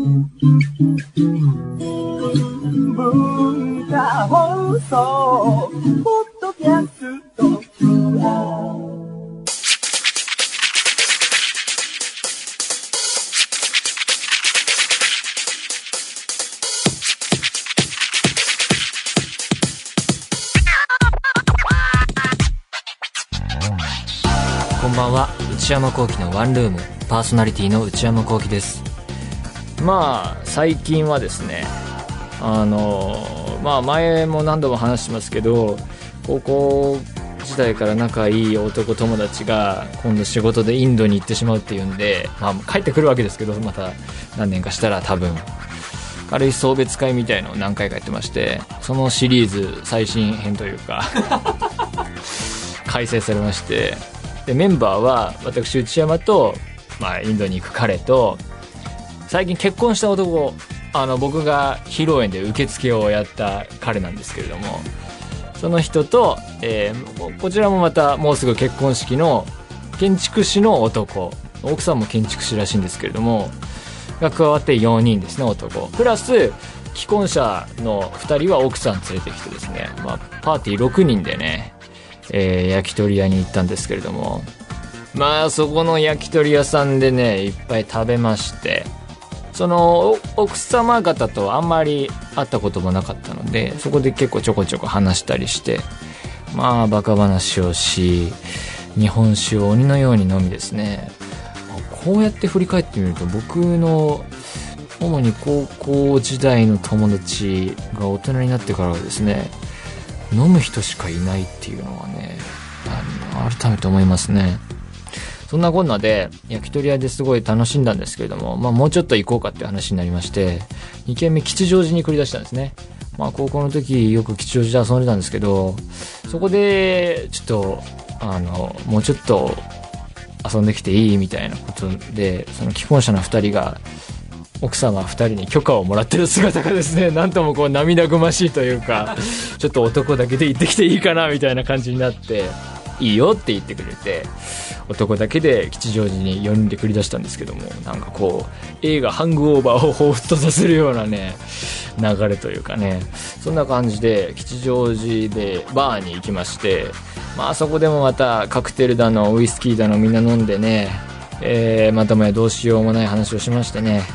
文化放送ポッドキャストツアー。 こんばんは。内山聖輝のワンルームパーソナリティの内山聖輝です。まあ最近はですね、前も何度も話してますけど、高校時代から仲いい男友達が今度仕事でインドに行ってしまうっていうんで、帰ってくるわけですけど、また何年かしたら多分軽い送別会みたいのを何回かやってまして、そのシリーズ最新編というか開催されまして、でメンバーは私内山と、インドに行く彼と、最近結婚した男、僕が披露宴で受付をやった彼なんですけれども、その人と、こちらもまたもうすぐ結婚式の建築士の男、奥さんも建築士らしいんですけれどもが加わって4人ですね、男プラス既婚者の2人は奥さん連れてきてですね、パーティー6人でね、焼き鳥屋に行ったんですけれども、そこの焼き鳥屋さんでねいっぱい食べまして、その奥様方とあんまり会ったこともなかったので、そこで結構ちょこちょこ話したりして、バカ話をし、日本酒を鬼のように飲みですね。こうやって振り返ってみると、僕の主に高校時代の友達が大人になってからはですね、飲む人しかいないっていうのはね、改めて思いますね。そんなこんなで焼き鳥屋ですごい楽しんだんですけれども、もうちょっと行こうかっていう話になりまして、2軒目吉祥寺に繰り出したんですね。高校の時よく吉祥寺で遊んでたんですけど、そこでちょっともうちょっと遊んできていいみたいなことで、その既婚者の2人が奥様2人に許可をもらってる姿がですね、なんともこう涙ぐましいというか、ちょっと男だけで行ってきていいかなみたいな感じになって、いいよって言ってくれて、男だけで吉祥寺に4人で繰り出したんですけども、なんかこう映画ハングオーバーを彷彿とさせるようなね流れというかね、そんな感じで吉祥寺でバーに行きまして、そこでもまたカクテルだのウイスキーだのみんな飲んでね、またもやどうしようもない話をしましてね、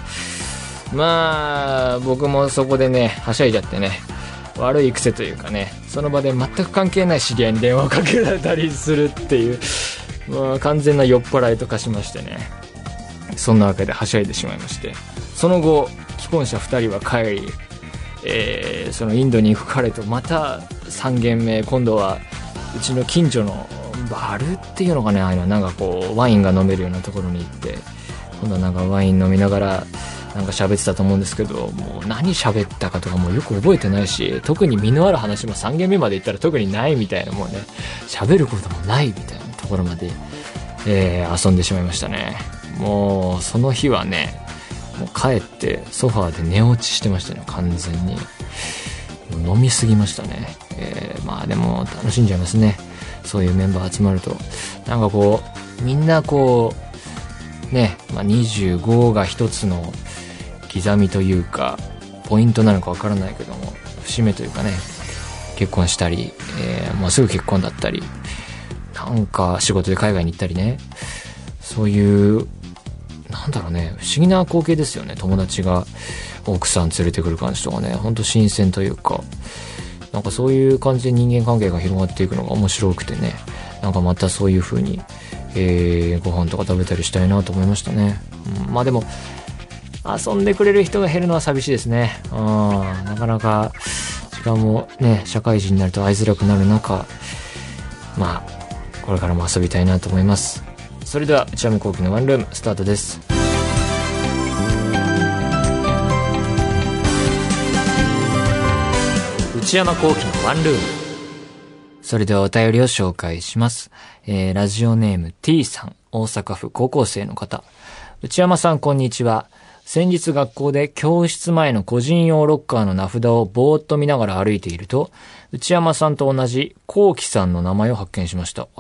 僕もそこでねはしゃいじゃってね、悪い癖というかね、その場で全く関係ない知り合いに電話をかけられたりするっていう、完全な酔っ払いと化しましてね、そんなわけではしゃいでしまいまして、その後既婚者2人は帰り、そのインドに行く彼とまた3軒目、今度はうちの近所のバルっていうのかね、なんかこうワインが飲めるようなところに行って、今度はなんかワイン飲みながらなんか喋ってたと思うんですけど、もう何喋ったかとかもよく覚えてないし、特に身のある話も3軒目まで行ったら特にないみたいな、もうね喋ることもないみたいなところまで、遊んでしまいましたね。もうその日はね、もう帰ってソファーで寝落ちしてましたね、完全に。飲みすぎましたね。でも楽しんじゃいますね、そういうメンバー集まると。なんかこうみんなこうね、25が一つの刻みというかポイントなのかわからないけども、節目というかね、結婚したり、すぐ結婚だったり、なんか仕事で海外に行ったりね、そういうなんだろうね、不思議な光景ですよね。友達が奥さん連れてくる感じとかね、ほんと新鮮というか、なんかそういう感じで人間関係が広がっていくのが面白くてね、なんかまたそういう風に、ご飯とか食べたりしたいなと思いましたね。でも遊んでくれる人が減るのは寂しいですね。なかなか時間もね、社会人になると会いづらくなる中、これからも遊びたいなと思います。それでは内山聖輝のワンルームスタートです。内山聖輝のワンルーム。それではお便りを紹介します。ラジオネーム T さん、大阪府高校生の方。内山さんこんにちは。先日学校で教室前の個人用ロッカーの名札をぼーっと見ながら歩いていると、内山さんと同じ聖輝さんの名前を発見しました。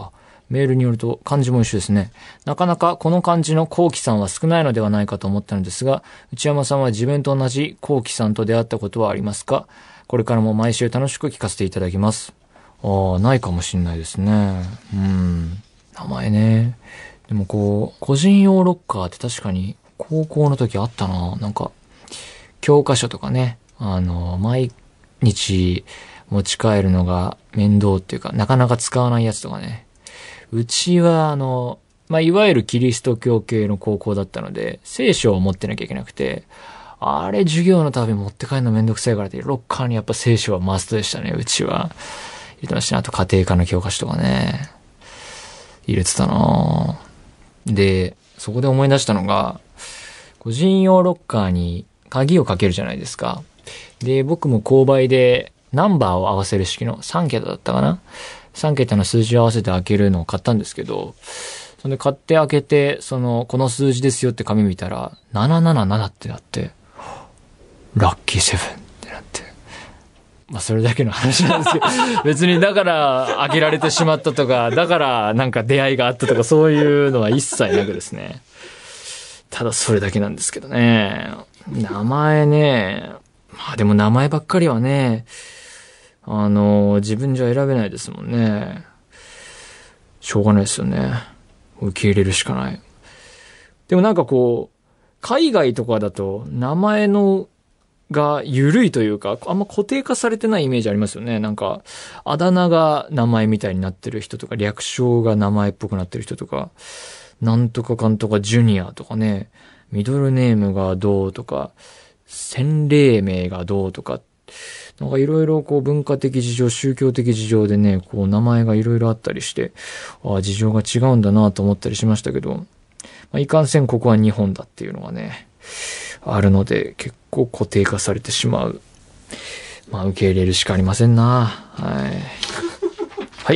メールによると漢字も一緒ですね。なかなかこの漢字のコウキさんは少ないのではないかと思ったのですが、内山さんは自分と同じコウキさんと出会ったことはありますか？これからも毎週楽しく聞かせていただきます。ないかもしんないですね。名前ね。でもこう、個人用ロッカーって確かに高校の時あったな。なんか、教科書とかね、毎日持ち帰るのが面倒っていうか、なかなか使わないやつとかね。うちはいわゆるキリスト教系の高校だったので、聖書を持ってなきゃいけなくて、あれ授業のたび持って帰るのめんどくさいからって、ロッカーにやっぱ聖書はマストでしたね、うちは。入れてましたね。あと家庭科の教科書とかね。入れてたなぁ。で、そこで思い出したのが、個人用ロッカーに鍵をかけるじゃないですか。で、僕も購買でナンバーを合わせる式の3桁だったかな ?3 桁の数字を合わせて開けるのを買ったんですけど、それで買って開けて、この数字ですよって紙見たら、777ってなって、ラッキーセブンってなって。まあそれだけの話なんですけど、別にだから開けられてしまったとか、だからなんか出会いがあったとか、そういうのは一切なくですね。ただそれだけなんですけどね。名前ね、まあでも名前ばっかりはね、自分じゃ選べないですもんね。しょうがないですよね。受け入れるしかない。でもなんかこう、海外とかだと名前が緩いというか、あんま固定化されてないイメージありますよね。なんか、あだ名が名前みたいになってる人とか、略称が名前っぽくなってる人とか、なんとかかんとかジュニアとかね、ミドルネームがどうとか、洗礼名がどうとか、なんかいろいろこう文化的事情、宗教的事情でね、こう名前がいろいろあったりして、事情が違うんだなと思ったりしましたけど、まあ、いかんせんここは日本だっていうのがね、あるので結構固定化されてしまう。まあ受け入れるしかありませんな。はい。はい。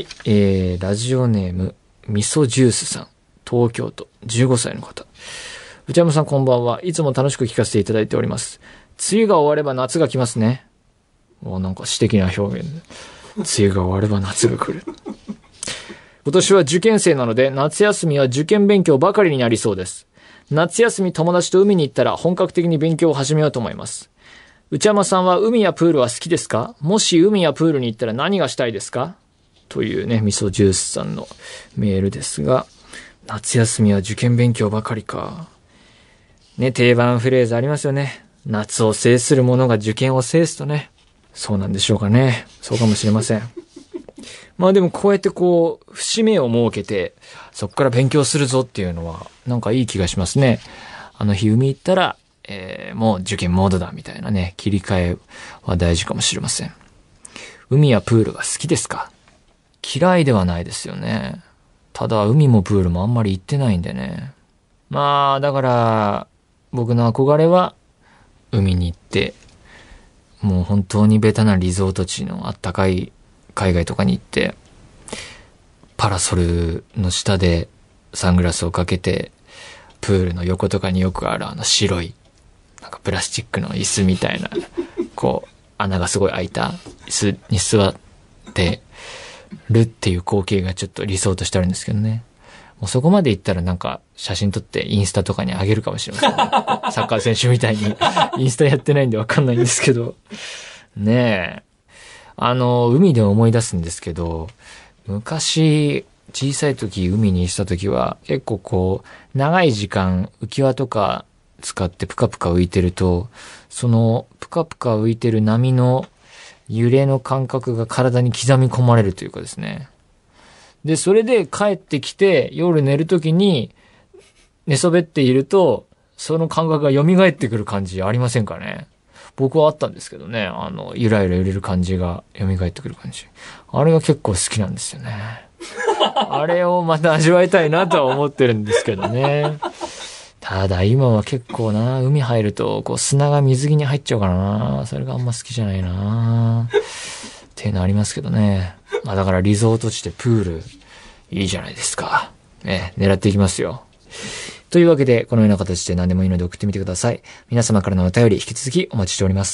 ラジオネーム、味噌ジュースさん。東京都、15歳の方。内山さんこんばんは。いつも楽しく聞かせていただいております。梅雨が終われば夏が来ますね。なんか詩的な表現。梅雨が終われば夏が来る。今年は受験生なので、夏休みは受験勉強ばかりになりそうです。夏休み友達と海に行ったら本格的に勉強を始めようと思います。内山さんは海やプールは好きですか？もし海やプールに行ったら何がしたいですか？というね、味噌ジュースさんのメールですが、夏休みは受験勉強ばかりか。ね、定番フレーズありますよね。夏を制する者が受験を制すとね。そうなんでしょうかね。そうかもしれません。まあでもこうやってこう、節目を設けて、そこから勉強するぞっていうのは、なんかいい気がしますね。あの日海行ったら、もう受験モードだみたいなね、切り替えは大事かもしれません。海やプールが好きですか？嫌いではないですよね。ただ海もプールもあんまり行ってないんでね。まあだから僕の憧れは海に行って、もう本当にベタなリゾート地のあったかい海外とかに行って、パラソルの下でサングラスをかけて、プールの横とかによくある白い、なんかプラスチックの椅子みたいな、こう、穴がすごい開いた椅子に座ってるっていう光景がちょっと理想としてあるんですけどね。もうそこまで行ったらなんか写真撮ってインスタとかにあげるかもしれませんね。サッカー選手みたいにインスタやってないんでわかんないんですけど。ねえ。海で思い出すんですけど、昔、小さい時海にした時は結構こう、長い時間浮き輪とか使ってプカプカ浮いてると、そのプカプカ浮いてる波の揺れの感覚が体に刻み込まれるというかですね。で、それで帰ってきて夜寝る時に寝そべっていると、その感覚が蘇ってくる感じありませんかね？僕はあったんですけどね。ゆらゆら揺れる感じが蘇ってくる感じ。あれが結構好きなんですよね。あれをまた味わいたいなとは思ってるんですけどね。ただ今は結構な、海入るとこう砂が水着に入っちゃうからな。それがあんま好きじゃないな。っていうのありますけどね。まあだからリゾート地でプールいいじゃないですか。狙っていきますよ。というわけで、このような形で何でもいいので送ってみてください。皆様からのお便り引き続きお待ちしております。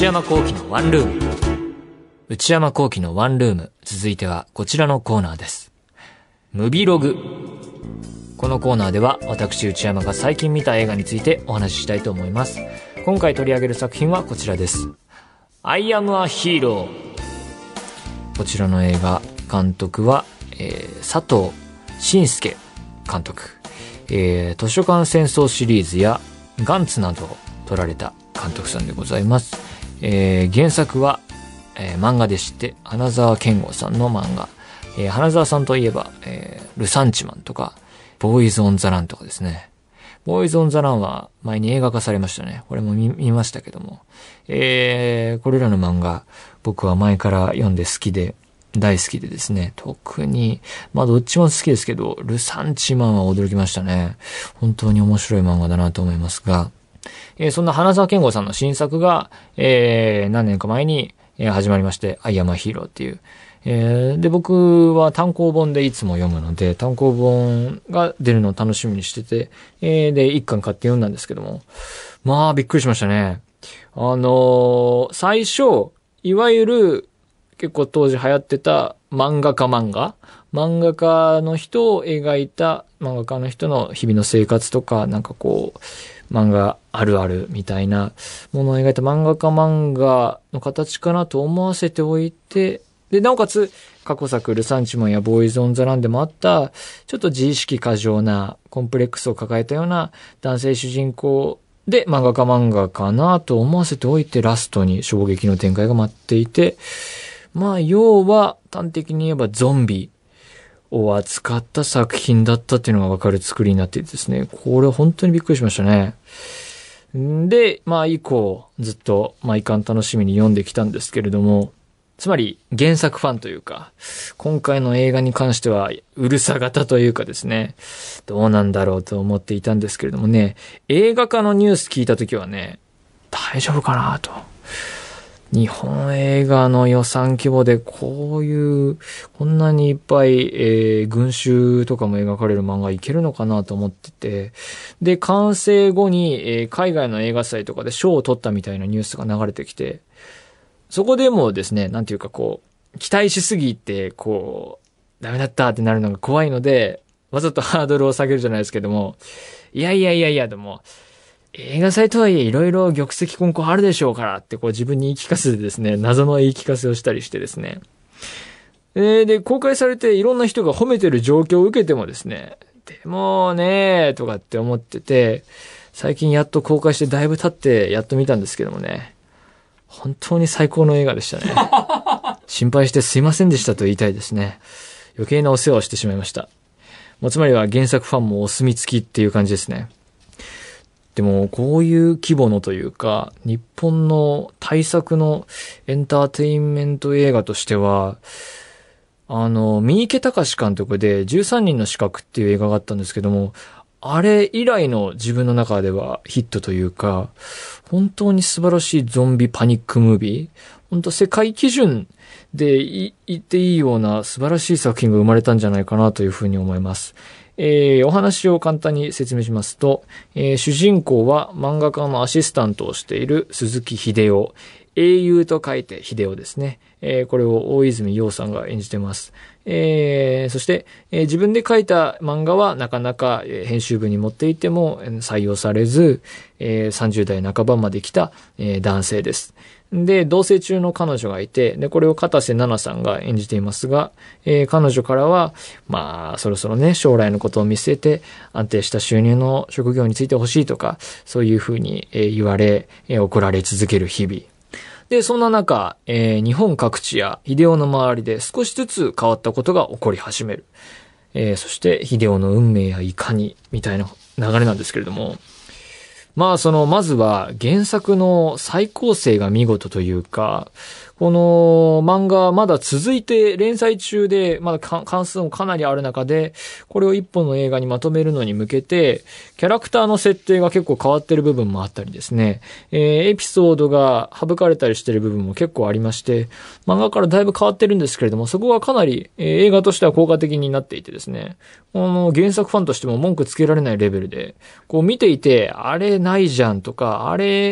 内山聖輝のワンルーム。内山聖輝のワンルーム。続いてはこちらのコーナーです。ムビログ。このコーナーでは私内山が最近見た映画についてお話ししたいと思います。今回取り上げる作品はこちらです。I am a hero。こちらの映画監督は、佐藤慎介監督。図書館戦争シリーズやガンツなどを撮られた監督さんでございます。原作は、漫画でして花澤健吾さんの漫画。花澤さんといえば、ルサンチマンとかボーイズ・オン・ザ・ランとかですね。ボーイズ・オン・ザ・ランは前に映画化されましたね。これも見ましたけども。これらの漫画、僕は前から読んで大好きでですね。特に、どっちも好きですけど、ルサンチマンは驚きましたね。本当に面白い漫画だなと思いますが、そんな花澤健吾さんの新作が、何年か前に、始まりまして、I am a hero っていう。で、僕は単行本でいつも読むので、単行本が出るのを楽しみにしてて、で、一巻買って読んだんですけども、びっくりしましたね。最初、いわゆる、結構当時流行ってた漫画家の人を描いた漫画家の人の日々の生活とか、漫画あるあるみたいなものを描いた漫画の形かなと思わせておいて、で、なおかつ、過去作ルサンチマンやボーイズ・オン・ザ・ランでもあった、ちょっと自意識過剰なコンプレックスを抱えたような男性主人公で漫画かなと思わせておいて、ラストに衝撃の展開が待っていて、要は端的に言えばゾンビを扱った作品だったっていうのがわかる作りになっていてですね、これ本当にびっくりしましたね。で、以降ずっと毎巻楽しみに読んできたんですけれども、つまり原作ファンというか、今回の映画に関してはうるさ型というかですね、どうなんだろうと思っていたんですけれどもね、映画化のニュース聞いたときはね、大丈夫かなと。日本映画の予算規模でこんなにいっぱい、群衆とかも描かれる漫画いけるのかなと思ってて、で、完成後に、海外の映画祭とかで賞を取ったみたいなニュースが流れてきて、そこでもですね、期待しすぎて、ダメだったってなるのが怖いので、わざとハードルを下げるじゃないですけども、いや、でも、映画祭とはいえいろいろ玉石混交あるでしょうからって自分に言い聞かせてですね、謎の言い聞かせをしたりしてですね。で、公開されていろんな人が褒めてる状況を受けてもですね、でもね、とかって思ってて、最近やっと公開してだいぶ経ってやっと見たんですけどもね、本当に最高の映画でしたね。心配してすいませんでしたと言いたいですね。余計なお世話をしてしまいました。つまりは原作ファンもお墨付きっていう感じですね。でも、こういう規模のというか、日本の大作のエンターテインメント映画としては、三池崇監督で13人の刺客っていう映画があったんですけども、あれ以来の自分の中ではヒットというか、本当に素晴らしいゾンビパニックムービー、本当世界基準で言っていいような素晴らしい作品が生まれたんじゃないかなというふうに思います。お話を簡単に説明しますと、主人公は漫画家のアシスタントをしている鈴木秀夫。英雄と書いて秀夫ですね。これを大泉洋さんが演じてます。そして、自分で書いた漫画はなかなか編集部に持っていても採用されず、30代半ばまで来た、男性です。で、同棲中の彼女がいて、で、これを片瀬奈々さんが演じていますが、彼女からは、そろそろね、将来のことを見据えて、安定した収入の職業についてほしいとか、そういうふうに言われ、怒られ続ける日々。で、そんな中、日本各地や秀夫の周りで少しずつ変わったことが起こり始める。そして秀夫の運命やいかに、みたいな流れなんですけれども、まずは原作の再構成が見事というか、この漫画まだ続いて連載中で、まだ関数もかなりある中で、これを一本の映画にまとめるのに向けて、キャラクターの設定が結構変わってる部分もあったりですね、エピソードが省かれたりしてる部分も結構ありまして、漫画からだいぶ変わってるんですけれども、そこはかなり、映画としては効果的になっていてですね、原作ファンとしても文句つけられないレベルで、見ていて、あれないじゃんとか、あれ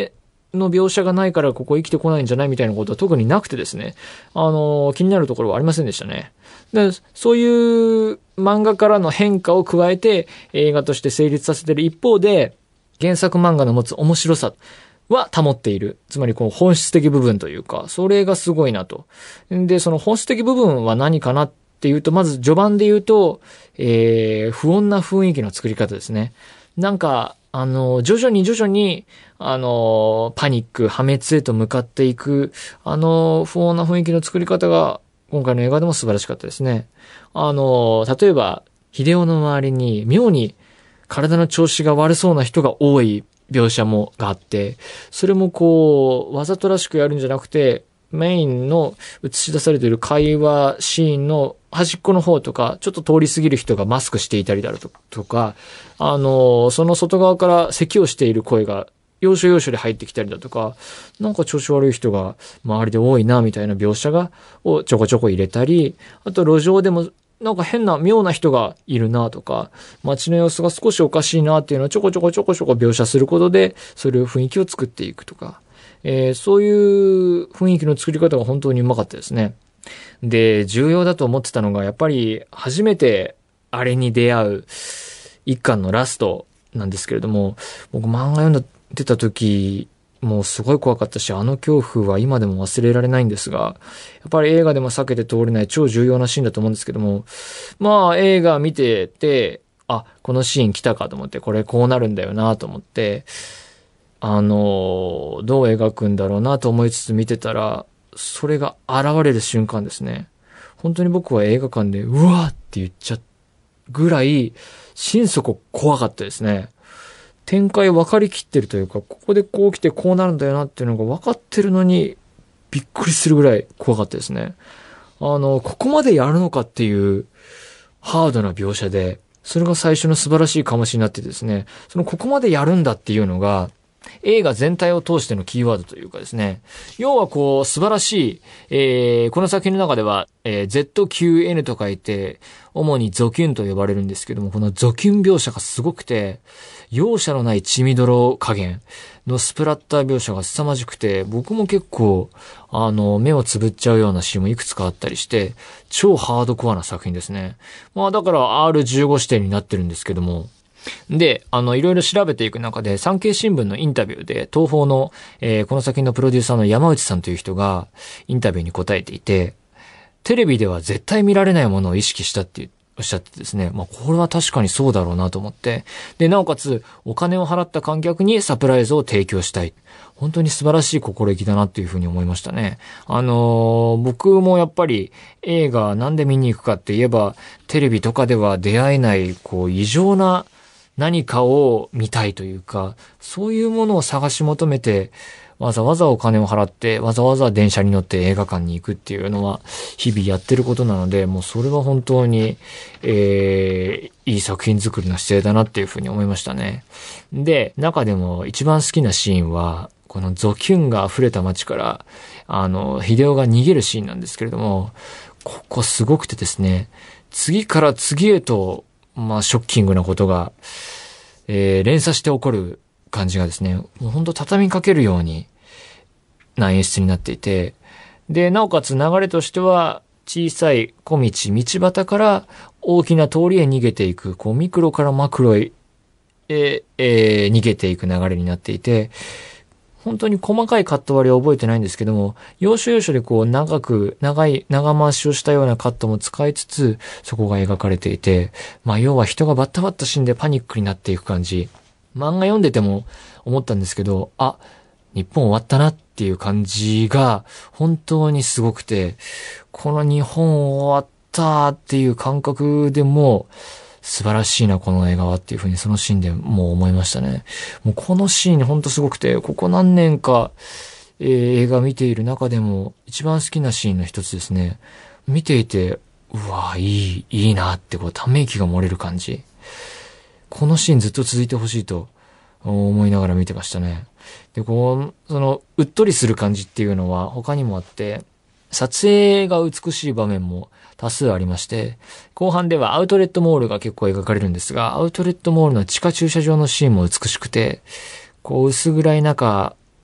の描写がないからここ生きてこないんじゃないみたいなことは特になくてですね、気になるところはありませんでしたね。で、そういう漫画からの変化を加えて映画として成立させている一方で、原作漫画の持つ面白さは保っている。つまりこう本質的部分というか、それがすごいなと。で、その本質的部分は何かなっていうと、まず序盤で言うと、不穏な雰囲気の作り方ですね。なんか、徐々に、パニック、破滅へと向かっていく、不穏な雰囲気の作り方が、今回の映画でも素晴らしかったですね。例えば、秀夫の周りに、妙に体の調子が悪そうな人が多い描写があって、それもこう、わざとらしくやるんじゃなくて、メインの映し出されている会話シーンの端っこの方とか、ちょっと通り過ぎる人がマスクしていたりだとか、その外側から咳をしている声が、要所要所で入ってきたりだとか、なんか調子悪い人が周りで多いな、みたいな描写をちょこちょこ入れたり、あと路上でも、なんか変な妙な人がいるなとか、街の様子が少しおかしいなっていうのをちょこちょこ描写することで、そういう雰囲気を作っていくとか、そういう雰囲気の作り方が本当にうまかったですね。で、重要だと思ってたのが、やっぱり初めてあれに出会う一巻のラストなんですけれども、僕漫画読んでた時、もうすごい怖かったし、恐怖は今でも忘れられないんですが、やっぱり映画でも避けて通れない超重要なシーンだと思うんですけども、まあ映画見てて、このシーン来たかと思って、これこうなるんだよなと思って、どう描くんだろうなと思いつつ見てたら、それが現れる瞬間ですね。本当に僕は映画館で、うわーって言っちゃうぐらい、心底怖かったですね。展開分かりきってるというか、ここでこう来てこうなるんだよなっていうのが分かってるのに、びっくりするぐらい怖かったですね。ここまでやるのかっていうハードな描写で、それが最初の素晴らしい醸しになってですね、ここまでやるんだっていうのが、映画全体を通してのキーワードというかですね。要はこう、素晴らしい、この作品の中では、ZQN と書いて、主にゾキュンと呼ばれるんですけども、このゾキュン描写がすごくて、容赦のない血みどろ加減のスプラッター描写が凄まじくて、僕も結構、目をつぶっちゃうようなシーンもいくつかあったりして、超ハードコアな作品ですね。まあだから R15 指定になってるんですけども、で、いろいろ調べていく中で、産経新聞のインタビューで、東宝の、この作品のプロデューサーの山内さんという人が、インタビューに答えていて、テレビでは絶対見られないものを意識したっておっしゃってですね、まあ、これは確かにそうだろうなと思って、で、なおかつ、お金を払った観客にサプライズを提供したい。本当に素晴らしい心意気だなっていうふうに思いましたね。僕もやっぱり映画なんで見に行くかって言えば、テレビとかでは出会えない、こう、異常な何かを見たいというか、そういうものを探し求めて、わざわざお金を払って、わざわざ電車に乗って映画館に行くっていうのは、日々やってることなので、もうそれは本当に、いい作品作りの姿勢だなっていうふうに思いましたね。で、中でも一番好きなシーンは、このゾキュンが溢れた街から、秀夫が逃げるシーンなんですけれども、ここすごくてですね、次から次へと、まあ、ショッキングなことが、連鎖して起こる感じがですね、もうほんと畳みかけるような演出になっていて、で、なおかつ流れとしては、小さい小道、道端から大きな通りへ逃げていく、こう、ミクロからマクロへ、逃げていく流れになっていて、本当に細かいカット割りは覚えてないんですけども、要所要所でこう長回しをしたようなカットも使いつつ、そこが描かれていて、まあ要は人がバッタバッタ死んでパニックになっていく感じ。漫画読んでても思ったんですけど、日本終わったなっていう感じが本当にすごくて、この日本終わったっていう感覚でも、素晴らしいな、この映画はっていう風にそのシーンでもう思いましたね。もうこのシーンほんとすごくて、ここ何年か、映画見ている中でも一番好きなシーンの一つですね。見ていて、うわいいなってこうため息が漏れる感じ。このシーンずっと続いてほしいと思いながら見てましたね。で、うっとりする感じっていうのは他にもあって、撮影が美しい場面も多数ありまして、後半ではアウトレットモールが結構描かれるんですが、アウトレットモールの地下駐車場のシーンも美しくて、こう薄暗い中、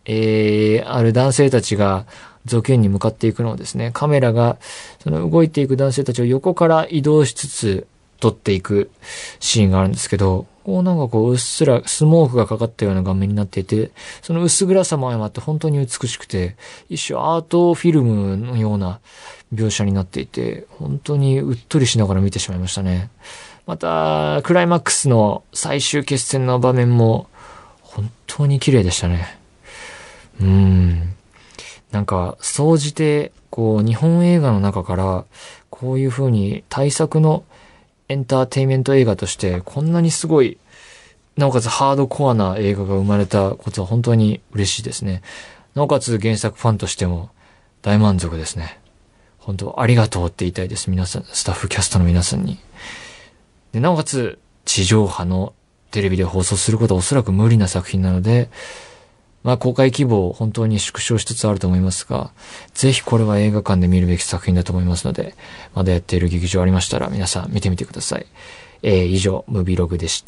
ある男性たちが続編に向かっていくのをですね、カメラがその動いていく男性たちを横から移動しつつ撮っていくシーンがあるんですけど、こうなんかこううっすらスモークがかかったような画面になっていて、その薄暗さも相まって本当に美しくて、一種アートフィルムのような描写になっていて、本当にうっとりしながら見てしまいましたね。また、クライマックスの最終決戦の場面も本当に綺麗でしたね。なんか、総じて、こう、日本映画の中から、こういう風に大作のエンターテインメント映画として、こんなにすごい、なおかつハードコアな映画が生まれたことは本当に嬉しいですね。なおかつ原作ファンとしても大満足ですね。本当ありがとうって言いたいです。皆さん、スタッフキャストの皆さんに。で、なおかつ、地上波のテレビで放送することはおそらく無理な作品なので、まあ公開規模本当に縮小しつつあると思いますが、ぜひこれは映画館で見るべき作品だと思いますので、まだやっている劇場ありましたら皆さん見てみてください。以上、ムビログでした。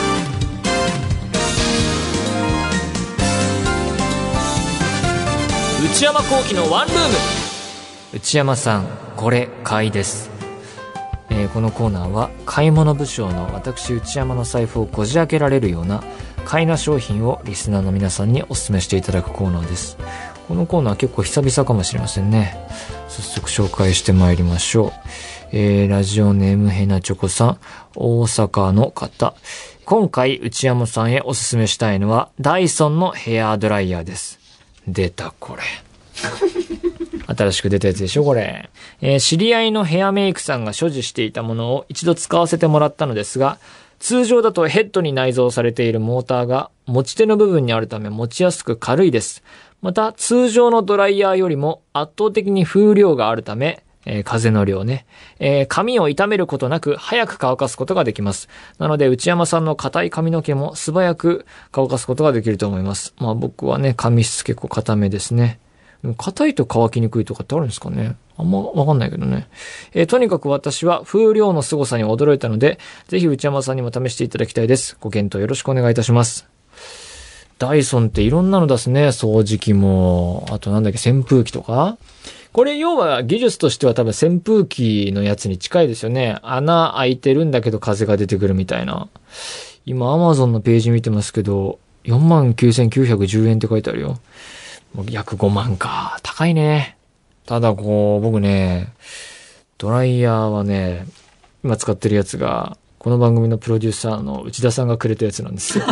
内山聖輝のワンルーム。内山さん、これ買いです。このコーナーは買い物不詳の私内山の財布をこじ開けられるような買いな商品をリスナーの皆さんにお勧めしていただくコーナーです。このコーナー結構久々かもしれませんね。早速紹介してまいりましょう。ラジオネームヘナチョコさん、大阪の方。今回内山さんへお勧めしたいのはダイソンのヘアドライヤーです。出たこれ。新しく出たやつでしょこれ。知り合いのヘアメイクさんが所持していたものを一度使わせてもらったのですが、通常だとヘッドに内蔵されているモーターが持ち手の部分にあるため持ちやすく軽いです。また通常のドライヤーよりも圧倒的に風量があるため、風の量ね、髪を傷めることなく早く乾かすことができます。なので内山さんの硬い髪の毛も素早く乾かすことができると思います。まあ僕はね、髪質結構硬めですね。硬いと乾きにくいとかってあるんですかね。あんまわかんないけどね。とにかく私は風量の凄さに驚いたので、ぜひ内山さんにも試していただきたいです。ご検討よろしくお願いいたします。ダイソンっていろんなの出すね。掃除機も、あとなんだっけ、扇風機とか。これ要は技術としては多分扇風機のやつに近いですよね。穴開いてるんだけど風が出てくるみたいな。今 Amazon のページ見てますけど、49,910 円って書いてあるよ。約5万か。高いね。ただこう、僕ね、ドライヤーはね、今使ってるやつが、この番組のプロデューサーの内田さんがくれたやつなんですよ。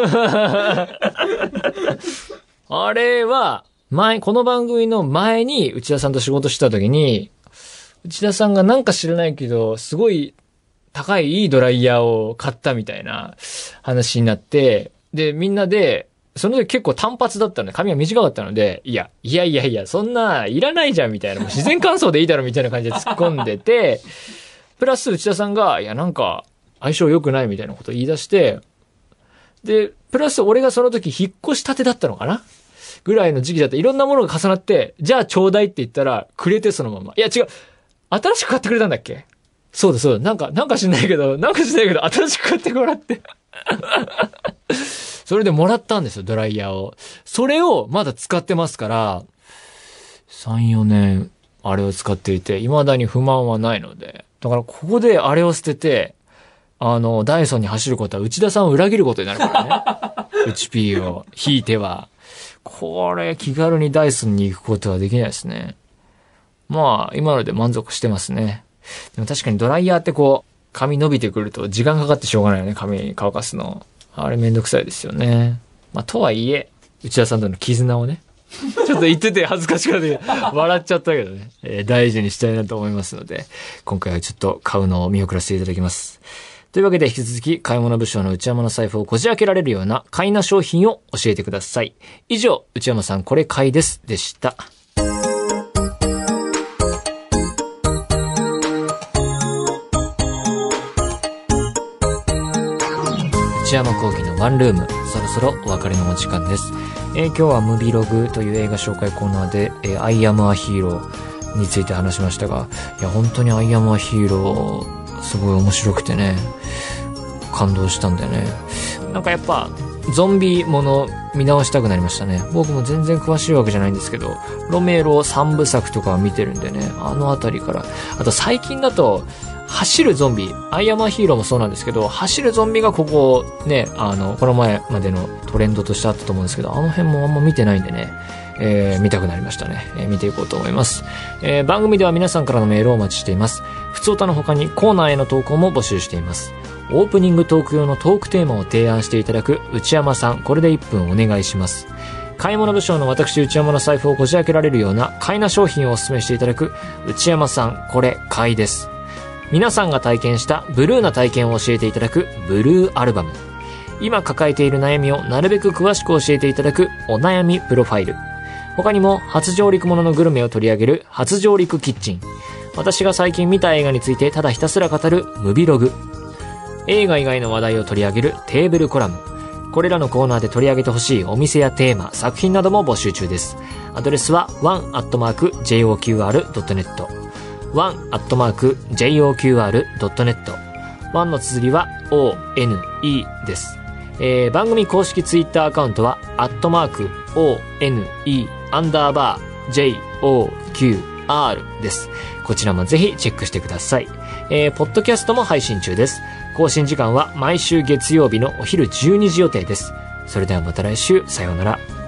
あれは、この番組の前に内田さんと仕事した時に、内田さんがなんか知らないけど、すごい高いいいドライヤーを買ったみたいな話になって、で、みんなで、その時結構単発だったので、髪が短かったので、いや、そんないらないじゃんみたいな、もう自然乾燥でいいだろみたいな感じで突っ込んでて、プラス内田さんが、いやなんか相性良くないみたいなことを言い出して、で、プラス俺がその時引っ越したてだったのかなぐらいの時期だった。いろんなものが重なって、じゃあちょうだいって言ったら、くれてそのまま。いや違う。新しく買ってくれたんだっけ？そうだ。なんか知んないけど、新しく買ってもらって。それでもらったんですよ、ドライヤーを。それをまだ使ってますから、3、4年、あれを使っていて、未だに不満はないので。だからここであれを捨てて、ダイソンに走ることは内田さんを裏切ることになるからね。内 P を引いては。これ、気軽にダイソンに行くことはできないですね。まあ、今ので満足してますね。でも確かにドライヤーってこう、髪伸びてくると時間かかってしょうがないよね、髪乾かすの。あれめんどくさいですよね。まあ、とはいえ、内田さんとの絆をね、ちょっと言ってて恥ずかしかったけど、笑っちゃったけどね、大事にしたいなと思いますので、今回はちょっと買うのを見送らせていただきます。というわけで引き続き買い物部署の内山の財布をこじ開けられるような買いな商品を教えてください。以上、内山さんこれ買いですでした。内山聖輝のワンルーム、そろそろお別れのお時間です。今日はムビログという映画紹介コーナーで、アイアムアヒーローについて話しましたが、いや本当にアイアムアヒーローすごい面白くてね、感動したんだよね。なんかやっぱゾンビもの見直したくなりましたね。僕も全然詳しいわけじゃないんですけど、ロメロ3部作とかは見てるんでね、あのあたりから。あと最近だと、走るゾンビ、アイアムアヒーローもそうなんですけど、走るゾンビがここね、この前までのトレンドとしてあったと思うんですけど、あの辺もあんま見てないんでね、見たくなりましたね。見ていこうと思います。番組では皆さんからのメールをお待ちしています。ふつおたの他にコーナーへの投稿も募集しています。オープニングトーク用のトークテーマを提案していただく内山さん、これで1分お願いします。買い物部署の私内山の財布をこじ開けられるような買いな商品をお勧めしていただく内山さん、これ買いです。皆さんが体験したブルーな体験を教えていただくブルーアルバム。今抱えている悩みをなるべく詳しく教えていただくお悩みプロファイル。他にも初上陸もののグルメを取り上げる初上陸キッチン。私が最近見た映画についてただひたすら語るムビログ。映画以外の話題を取り上げるテーブルコラム。これらのコーナーで取り上げてほしいお店やテーマ、作品なども募集中です。アドレスは one@joqr.net one@joqr.net 1の綴りは ONE です。番組公式ツイッターアカウントは@ONE_JOQR です。こちらもぜひチェックしてください。ポッドキャストも配信中です。更新時間は毎週月曜日のお昼12時予定です。それではまた来週、さようなら。